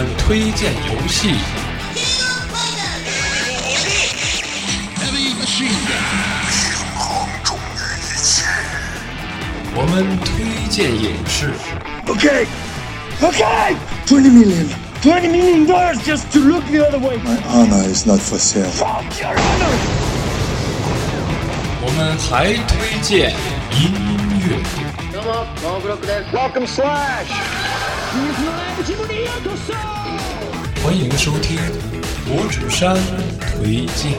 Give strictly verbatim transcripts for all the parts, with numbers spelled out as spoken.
们推荐游戏，我们推荐影视。 Okay, okay, twenty million, twenty million dollars just to look the other way. My honor is not for sale. Fuck your honor. 我们还推荐音乐。 どうも、ノーブロックです。 Welcome Slash. 欢迎收听魔指山推荐。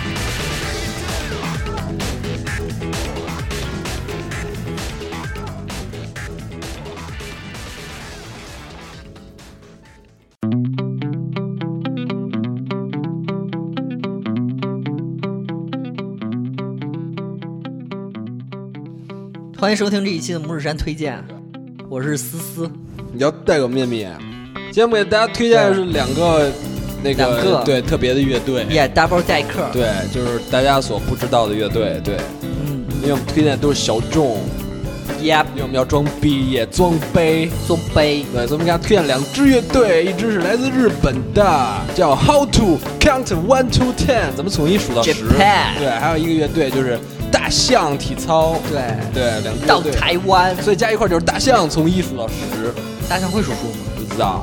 欢迎收听这一期的拇指山推荐，我是思思。 你要带个秘密，今天我给大家推荐的是两个那个, 两个对特别的乐队， 也、yeah, Double Decker， 对，就是大家所不知道的乐队，对， 嗯， 因为我们推荐的都是小众， Yep， 因为我们要装逼也装杯， 装杯， 对，所以我们给大家推荐两支乐队，一支是来自日本的，叫 How to Count One to Ten， 怎么从一数到十，对，还有一个乐队就是大象体操， 对对，两支乐到队台湾， 所以加一块就是大象从一数到十。 大象会数数吗？ 不知道。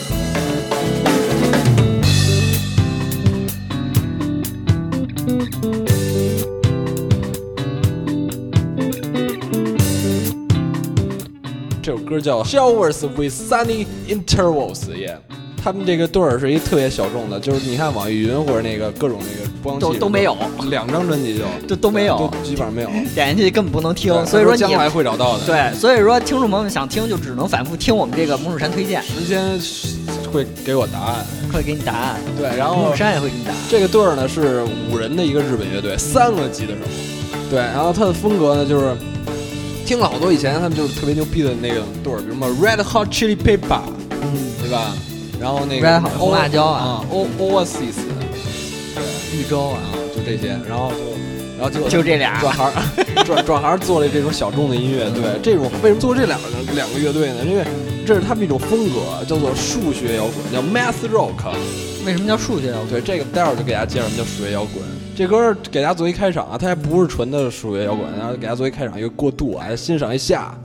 这首歌叫 Showers with Sunny Intervals， 耶、yeah。他们这个队儿是一特别小众的，就是你看网易云或者那个各种那个播放器都, 都没有， 两张专辑就都都没有， 都基本上没有， 点进去根本不能听，所以说你将来会找到的。 对，所以说听众朋友们想听就只能反复听我们这个拇指山推荐， 时间会给我答案， 会给你答案。 对，然后拇指山也会给你答案。 这个队儿呢是五人的一个日本乐队，三个吉他手。对，然后他的风格呢就是听了好多以前他们就是特别牛逼的那个队儿，比如什么 Red Hot Chili Pepper， 嗯，对吧？然后那个 Red Hot 红辣椒啊 ，O Oasis， 对，绿洲啊， 就这些，然后就，然后就就这俩转行转转行做了这种小众的音乐。对，这种为什么做这两个两个乐队呢？因为这是他们一种风格，叫做数学摇滚，叫 Math Rock。 为什么叫数学摇滚？ 对，这个待会儿就给大家介绍什么叫数学摇滚。这歌给大家做一开场啊，它还不是纯的数学摇滚，然后给大家做一开场一个过渡啊，欣赏一下。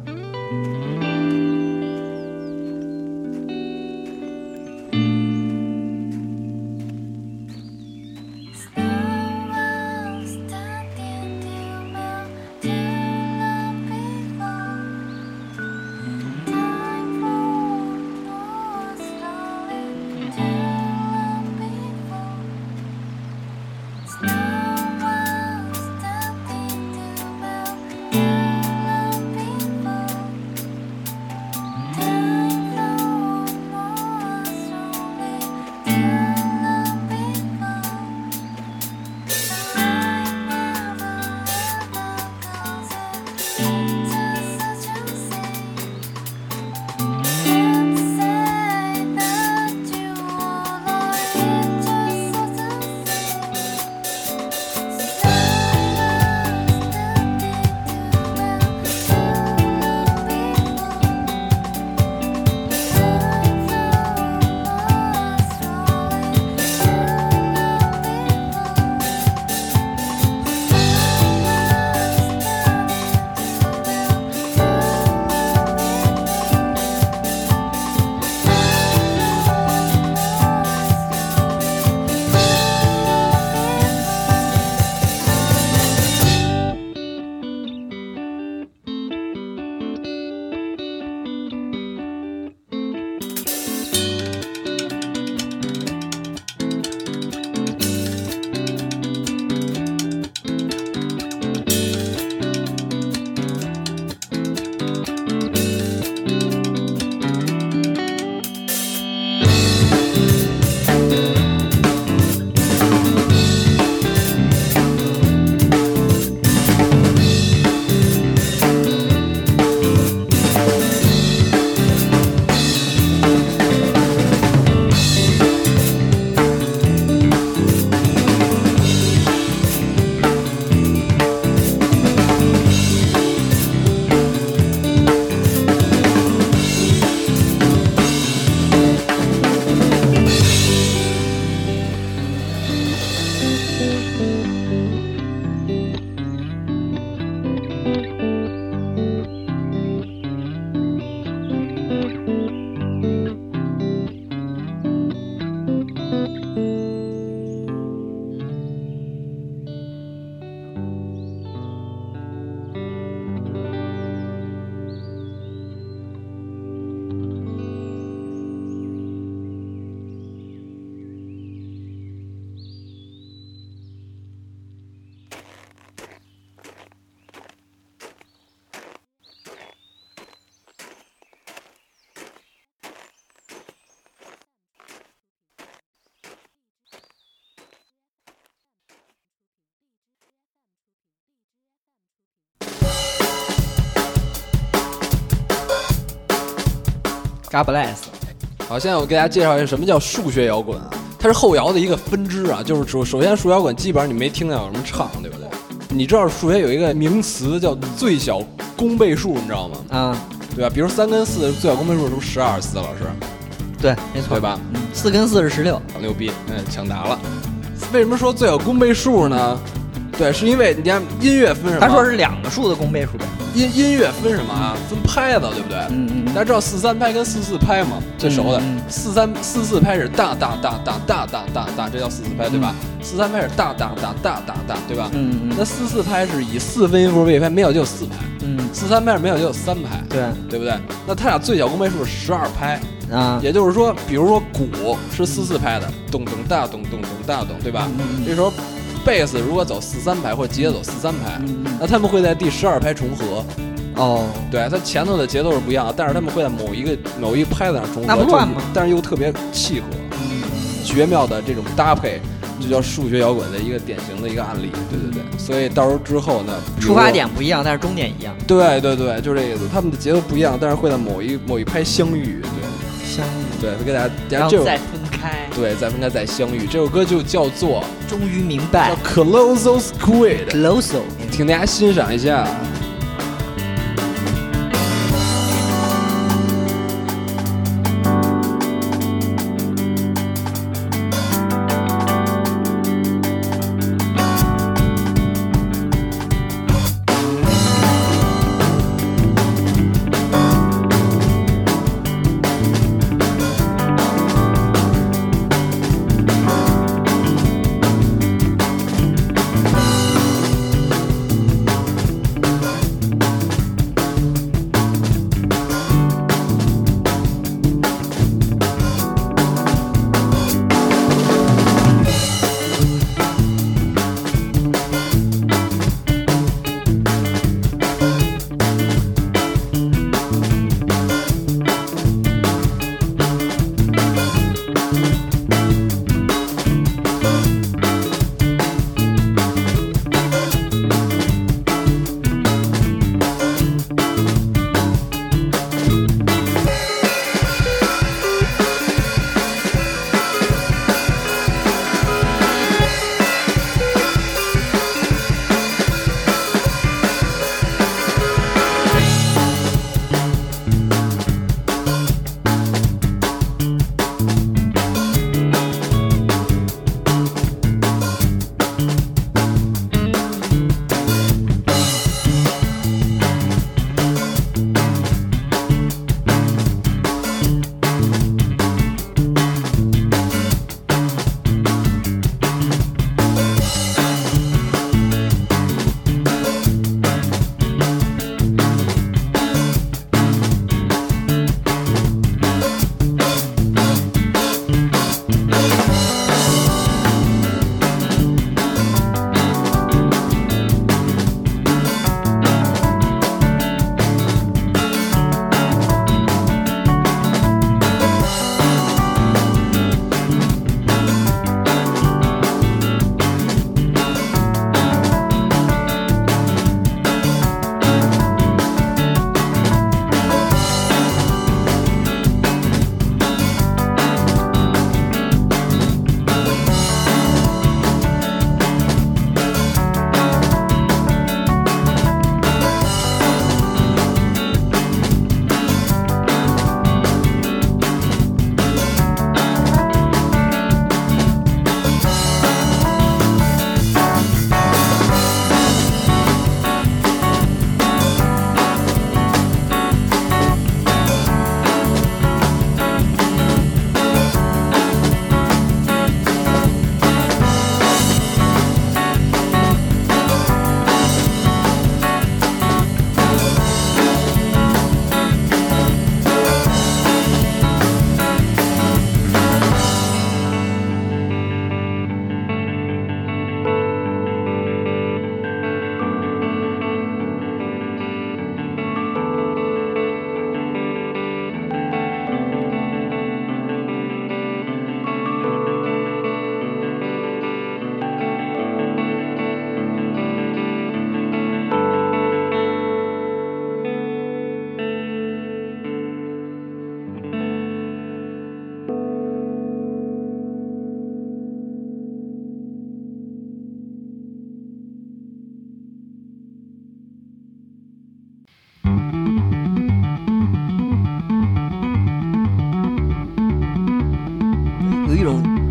God bless。 好，现在我给大家介绍一下什么叫数学摇滚啊？它是后摇的一个分支啊，就是首首先数学摇滚基本上你没听到有什么唱，对不对？你知道数学有一个名词叫最小公倍数，你知道吗？ 啊， 对吧？比如三跟四最小公倍数是不是十二？四老师， 对，没错， 对吧？ 嗯，四跟四是十六， 好牛逼，嗯，抢答了。为什么说最小公倍数呢？对，是因为你看音乐分什么？ 他说是两个数的公倍数呗。 音音乐分什么啊？分拍子，对不对？ 嗯嗯。 大家知道四三拍跟四四拍吗？最熟的， 嗯嗯、 四三四四拍是大大大大大大大大，这叫四四拍，对吧？嗯、四三拍是大大大大大大，对吧？ 嗯嗯。 那四四拍是以四分音符为拍，没有就有四拍。嗯。四三拍是没有就有三拍。 对， 对不对？那它俩最小公倍数是十二拍。 啊， 也就是说，比如说鼓是四四拍的，咚咚大咚咚咚大咚，对吧？ 嗯、 这时候贝斯如果走四三拍或者吉他走四三拍， 嗯、 那他们会在第十二拍重合。 哦， 对，它前头的节奏是不一样的，但是他们会在某一个某一个拍子上重合， 那不乱吗？ 但是又特别契合，嗯、绝妙的这种搭配，就叫数学摇滚的一个典型的一个案例。对对对，所以到时候之后呢， 出发点不一样，但是终点一样。 对对对，就这个意思。他们的节奏不一样，但是会在某一某一拍相遇。对， 相遇。 对，会给大家， 然后再分开。 对，再分开再相遇。这首歌就叫做， 终于明白， 叫 Colossal Squid。Colossal， 请大家欣赏一下。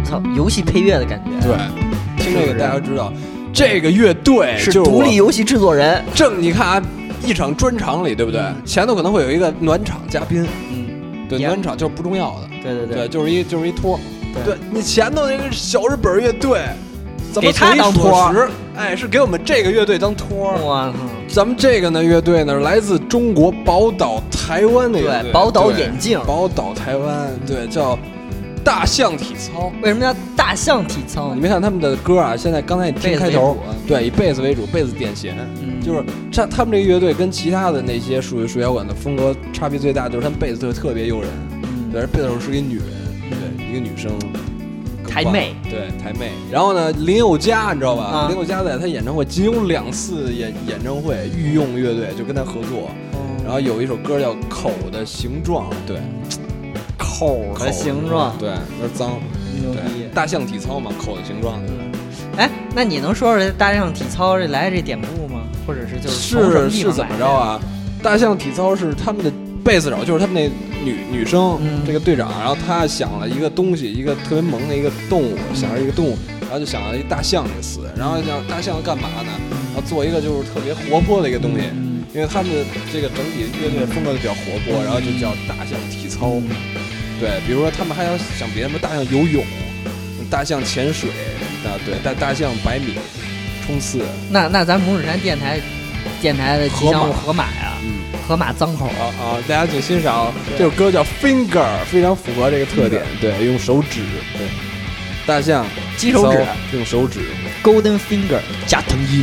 操，游戏配乐的感觉。 对，听这个大家知道，这个乐队是就是独立游戏制作人。 正你看啊，一场专场里，对不对？前头可能会有一个暖场嘉宾， 嗯， 对，暖场就是不重要的， 对对对，就是一就是一托。对你前头那个小日本乐队，怎么给他当托？ 哎，是给我们这个乐队当托。 哇， 咱们这个呢乐队呢来自中国宝岛台湾的乐队， 对，宝岛眼镜， 宝岛台湾，对，叫大象体操。 为什么叫大象体操？ 你没看他们的歌啊？现在刚才你听开头，对，以贝斯为主，贝斯点弦，嗯、就是他他们这个乐队跟其他的那些属于属摇滚的风格差别最大，就是他们贝斯特特别诱人，嗯，对，贝斯手是一个女人，对，一个女生。 台妹， 对台妹，然后呢，林宥嘉你知道吧？啊、林宥嘉在他演唱会仅有两次演演唱会，御用乐队就跟他合作，嗯、然后有一首歌叫《口的形状》，对， 口的形状， 对，有点脏，对，大象体操嘛，口的形状。 哎，那你能说说这大象体操这来这典故吗？或者是就是是是怎么着啊？大象体操是他们的贝斯手，就是他们那女女生、嗯、这个队长，然后他想了一个东西，一个特别萌的一个动物，想着一个动物，然后就想了一大象这个词，然后想大象干嘛呢？然后做一个就是特别活泼的一个东西，嗯、因为他们的这个整体乐队风格就比较活泼，然后就叫大象体操。对，比如说他们还要想别的，什么大象游泳、大象潜水啊，对，大大象百米冲刺。 那那咱拇指山电台电台的吉祥物河马呀，嗯。河马脏口啊啊！大家请欣赏这首歌叫 Finger， 非常符合这个特点。对，用手指，对，大象鸡手指， 用手指 ，Golden Finger 加藤鹰。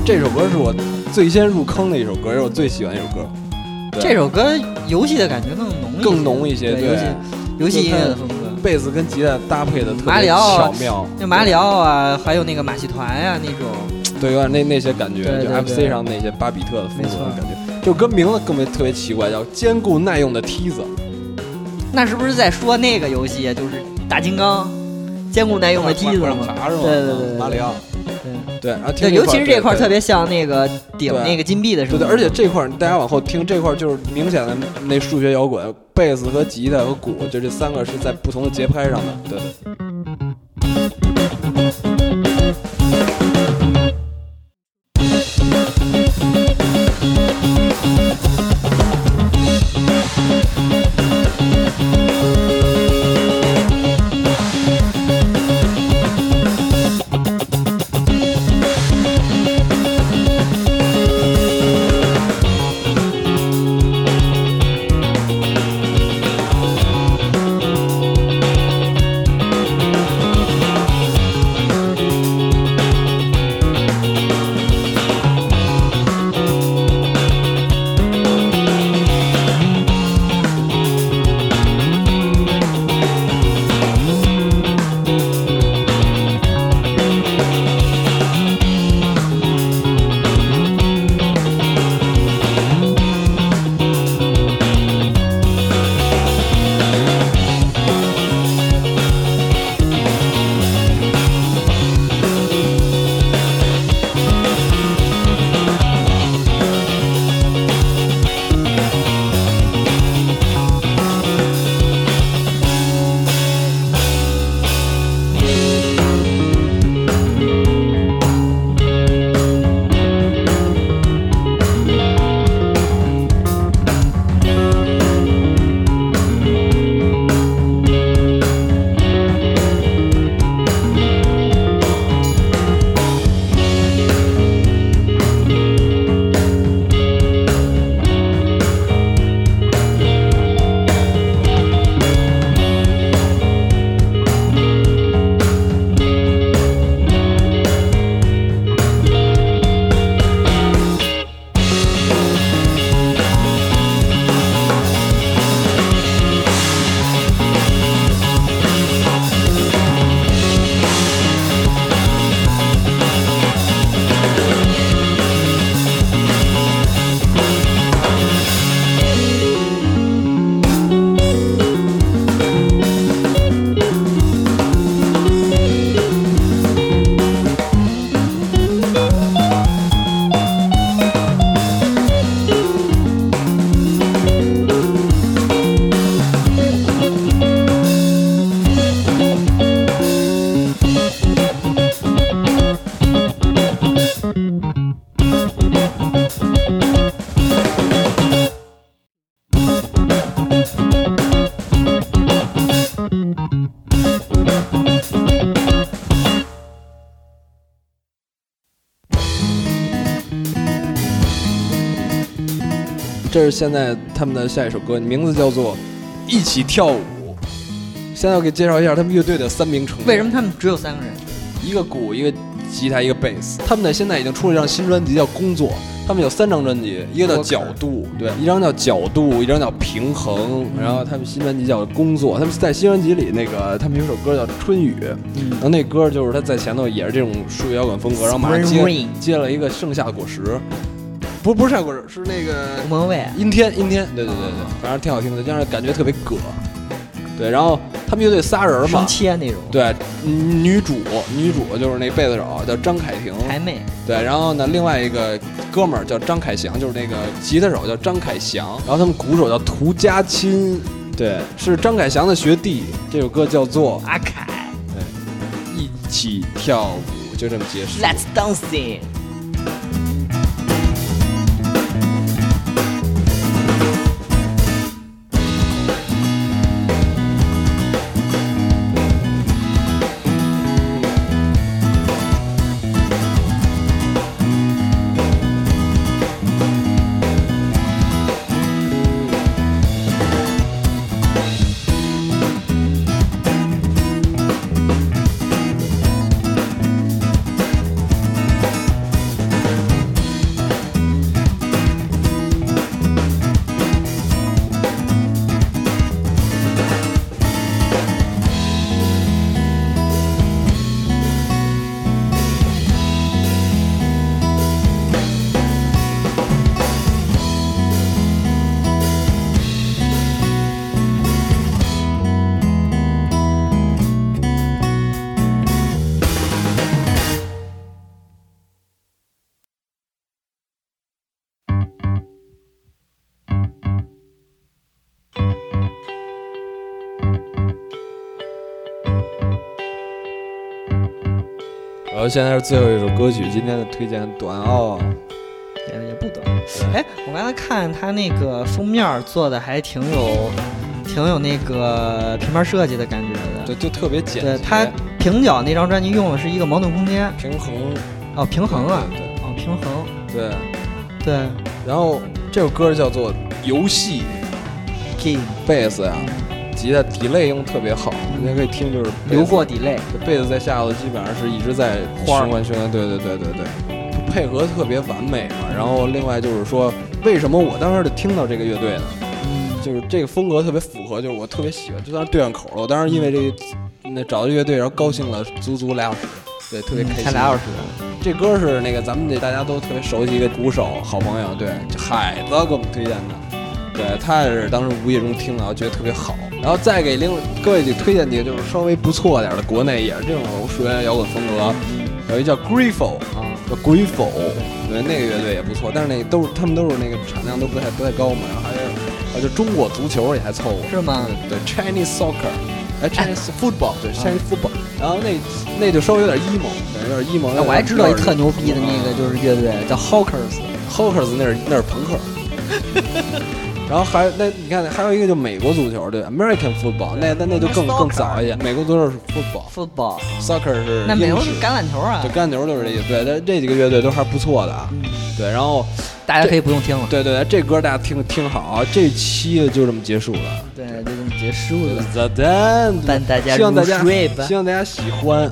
这首歌是我最先入坑的一首歌，也是我最喜欢的一首歌。 这首歌游戏的感觉更浓一些， 更浓一些，对， 游戏游戏音乐的风格， 贝斯跟吉他搭配的特别巧妙， 就马里奥啊，还有那个马戏团呀、啊、那种， 对，有点那那些感觉， 对对对就 F C 上那些巴比特的风格的感觉。这首歌名字更别特别奇怪，叫《坚固耐用的梯子》。 那是不是在说那个游戏，就是大金刚坚固耐用的梯子吗？ 爬是吗？ 对对对对， 马里奥。对，然后对，尤其是这块特别像那个顶那个金币的时候， 对对，而且这块大家往后听，这块就是明显的那数学摇滚，贝斯和吉他和鼓，就这三个是在不同的节拍上的，对对。这是现在他们的下一首歌，名字叫做《一起跳舞》。现在我给介绍一下他们乐队的三名成员。 为什么他们只有三个人？ 一个鼓，一个吉他，一个贝斯。他们呢现在已经出了一张新专辑，叫《工作》。他们有三张专辑，一个叫《角度》，对，一张叫《角度》，一张叫《平衡》，然后他们新专辑叫《工作》。他们在新专辑里，那个他们有首歌叫《春雨》，嗯、然后那歌就是他在前头也是这种数学摇滚风格，然后马上接接了一个《盛夏果实》。不不是夏果实，是那个吴孟蔚阴天阴天，对对对对，反正挺好听的，让人感觉特别葛。对，然后他们乐队仨人嘛， 生切那种。 对，女主女主就是那贝斯手叫张凯婷， 台妹。 对，然后呢，另外一个哥们儿叫张凯翔，就是那个吉他手叫张凯翔，然后他们鼓手叫涂家钦，对，是张凯翔的学弟。这首歌叫做阿凯， 对，一起跳舞，就这么结束。 Let's dancing。 后现在是最后一首歌曲，今天的推荐短奥， 也也不短。哎，我刚才看他那个封面做的还挺有，挺有那个平面设计的感觉的。 对，就特别简洁。 对，他平角那张专辑用的是一个矛盾空间， 平衡。 哦，平衡啊， 对， 哦，平衡。 对， 对。 然后这首歌叫做《游戏》 ，Game， 贝斯呀。吉他 delay 用特别好，你可以听就是流过 delay， 贝斯在下头基本上是一直在循环循环，对对对对对，配合特别完美嘛。然后另外就是说，为什么我当时就听到这个乐队呢？嗯，就是这个风格特别符合，就是我特别喜欢，就当时对上口了。我当时因为这个那找到乐队，然后高兴了足足俩小时，对，特别开心。才俩小时。 这歌是那个咱们这大家都特别熟悉一个鼓手好朋友，对，海子给我们推荐的。对，他也是当时无意中听到，觉得特别好。然后再给另各位推荐几个就是稍微不错点的，国内也是这种属于摇滚风格，有一叫 Grifo 啊，叫 Grifo， 对，那个乐队也不错，但是那都是他们都是那个产量都不太不太高嘛。然后还有啊，就中国足球也还凑合， 是吗？ 对 ，Chinese soccer， 哎 ，Chinese football， 对 ，Chinese football。然后那那就稍微有点 emo， 对，有点 emo。 我还知道一特牛逼的那个就是乐队叫 Hawkers，Hawkers 那是那是朋克。然后还那你看还有一个就美国足球，对 ，American football， 那那那就更更早一些。美国足球是 football，football，soccer 是那美国是橄榄球啊， 对，橄榄球就是这意思。对，但这几个乐队都还不错的啊。对，然后大家可以不用听了。 对对对，这歌大家听听好啊，这期就这么结束了。 对，就这么结束了。 The Dance， 伴大家希望大家入睡吧， 希望大家喜欢。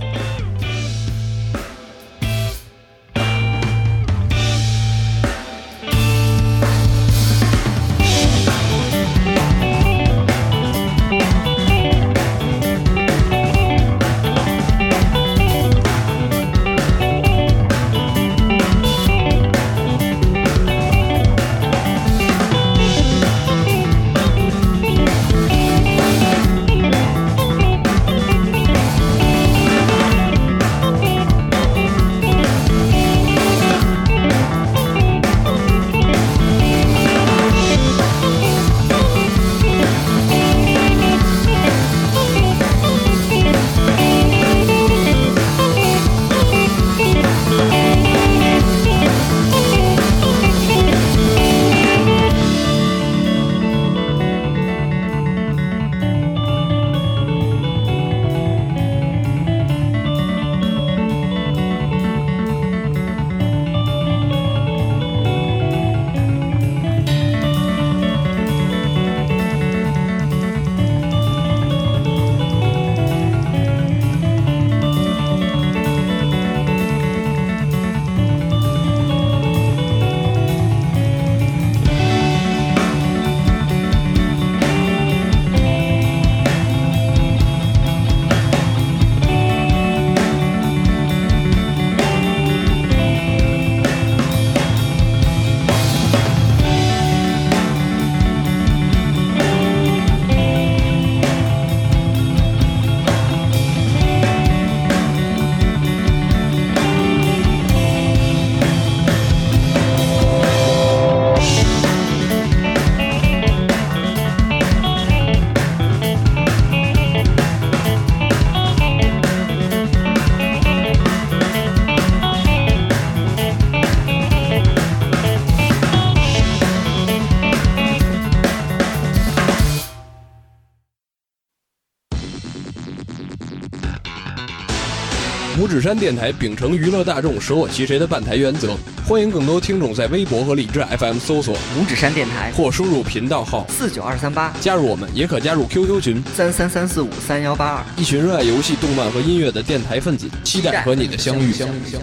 拇指山电台秉承娱乐大众舍我其谁的办台原则，欢迎更多听众在微博和荔枝 F M 搜索拇指山电台或输入频道号四九二三八加入我们，也可加入 Q Q 群三三三四五三幺八二， 一群热爱游戏、动漫和音乐的电台分子，期待和你的相遇。相遇相遇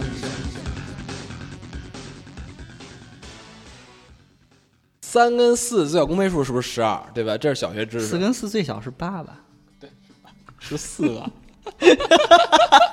三跟四最小公倍数是不是十二？对吧？这是小学知识。 四跟四最小是八吧？ 对，十四吧。